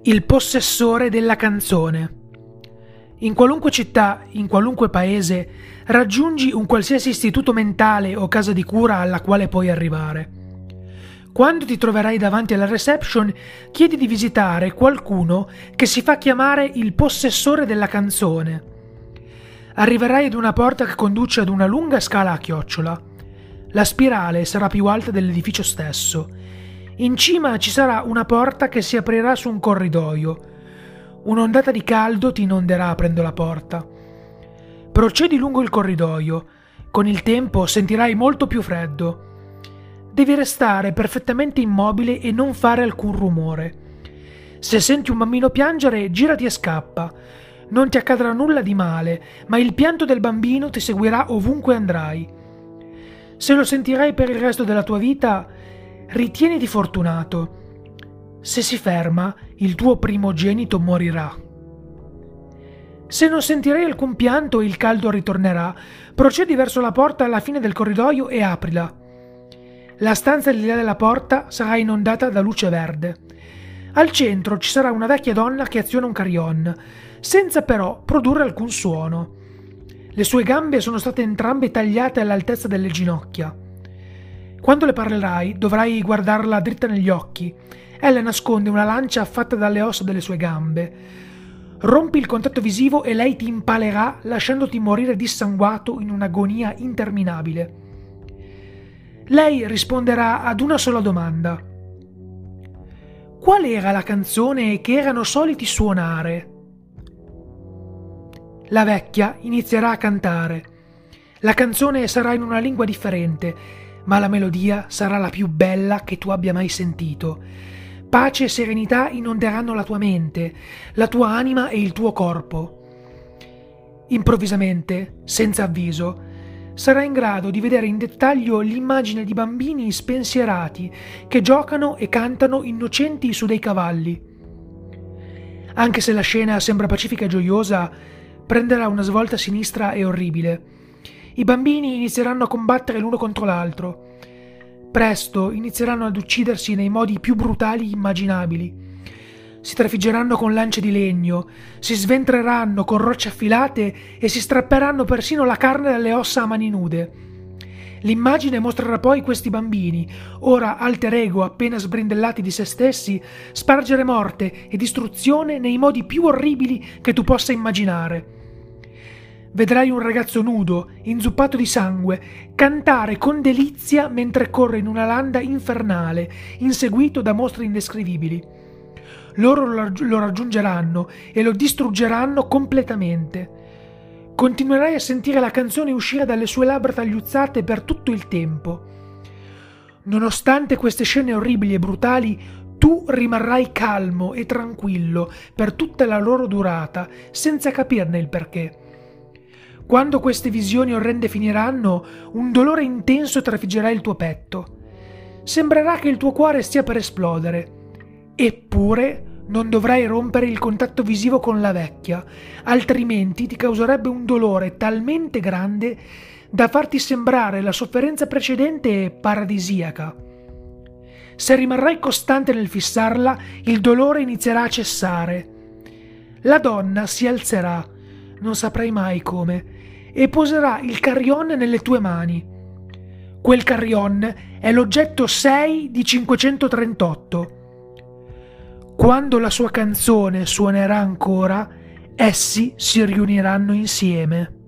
Il possessore della canzone. In qualunque città, in qualunque paese, raggiungi un qualsiasi istituto mentale o casa di cura alla quale puoi arrivare. Quando ti troverai davanti alla reception, chiedi di visitare qualcuno che si fa chiamare il possessore della canzone. Arriverai ad una porta che conduce ad una lunga scala a chiocciola. La spirale sarà più alta dell'edificio stesso. In cima ci sarà una porta che si aprirà su un corridoio. Un'ondata di caldo ti inonderà aprendo la porta. Procedi lungo il corridoio. Con il tempo sentirai molto più freddo. Devi restare perfettamente immobile e non fare alcun rumore. Se senti un bambino piangere, girati e scappa. Non ti accadrà nulla di male, ma il pianto del bambino ti seguirà ovunque andrai. Se lo sentirai per il resto della tua vita, ritieniti fortunato. Se si ferma, il tuo primogenito morirà. Se non sentirai alcun pianto e il caldo ritornerà, procedi verso la porta alla fine del corridoio e aprila. La stanza di là della porta sarà inondata da luce verde. Al centro ci sarà una vecchia donna che aziona un carillon, senza però produrre alcun suono. Le sue gambe sono state entrambe tagliate all'altezza delle ginocchia. Quando le parlerai, dovrai guardarla dritta negli occhi. Ella nasconde una lancia fatta dalle ossa delle sue gambe. Rompi il contatto visivo e lei ti impalerà lasciandoti morire dissanguato in un'agonia interminabile. Lei risponderà ad una sola domanda. Qual era la canzone che erano soliti suonare? La vecchia inizierà a cantare. La canzone sarà in una lingua differente, ma la melodia sarà la più bella che tu abbia mai sentito. Pace e serenità inonderanno la tua mente, la tua anima e il tuo corpo. Improvvisamente, senza avviso, sarai in grado di vedere in dettaglio l'immagine di bambini spensierati che giocano e cantano innocenti su dei cavalli. Anche se la scena sembra pacifica e gioiosa, prenderà una svolta sinistra e orribile. I bambini inizieranno a combattere l'uno contro l'altro. Presto inizieranno ad uccidersi nei modi più brutali immaginabili. Si trafiggeranno con lance di legno, si sventreranno con rocce affilate e si strapperanno persino la carne dalle ossa a mani nude. L'immagine mostrerà poi questi bambini, ora alter ego appena sbrindellati di se stessi, spargere morte e distruzione nei modi più orribili che tu possa immaginare. Vedrai un ragazzo nudo, inzuppato di sangue, cantare con delizia mentre corre in una landa infernale, inseguito da mostri indescrivibili. Loro lo raggiungeranno e lo distruggeranno completamente. Continuerai a sentire la canzone uscire dalle sue labbra tagliuzzate per tutto il tempo. Nonostante queste scene orribili e brutali, tu rimarrai calmo e tranquillo per tutta la loro durata, senza capirne il perché. Quando queste visioni orrende finiranno, un dolore intenso trafiggerà il tuo petto. Sembrerà che il tuo cuore stia per esplodere. Eppure non dovrai rompere il contatto visivo con la vecchia, altrimenti ti causerebbe un dolore talmente grande da farti sembrare la sofferenza precedente paradisiaca. Se rimarrai costante nel fissarla, il dolore inizierà a cessare. La donna si alzerà, non saprai mai come, e poserà il carillon nelle tue mani. Quel carillon è l'oggetto 6 di 538. Quando la sua canzone suonerà ancora, essi si riuniranno insieme.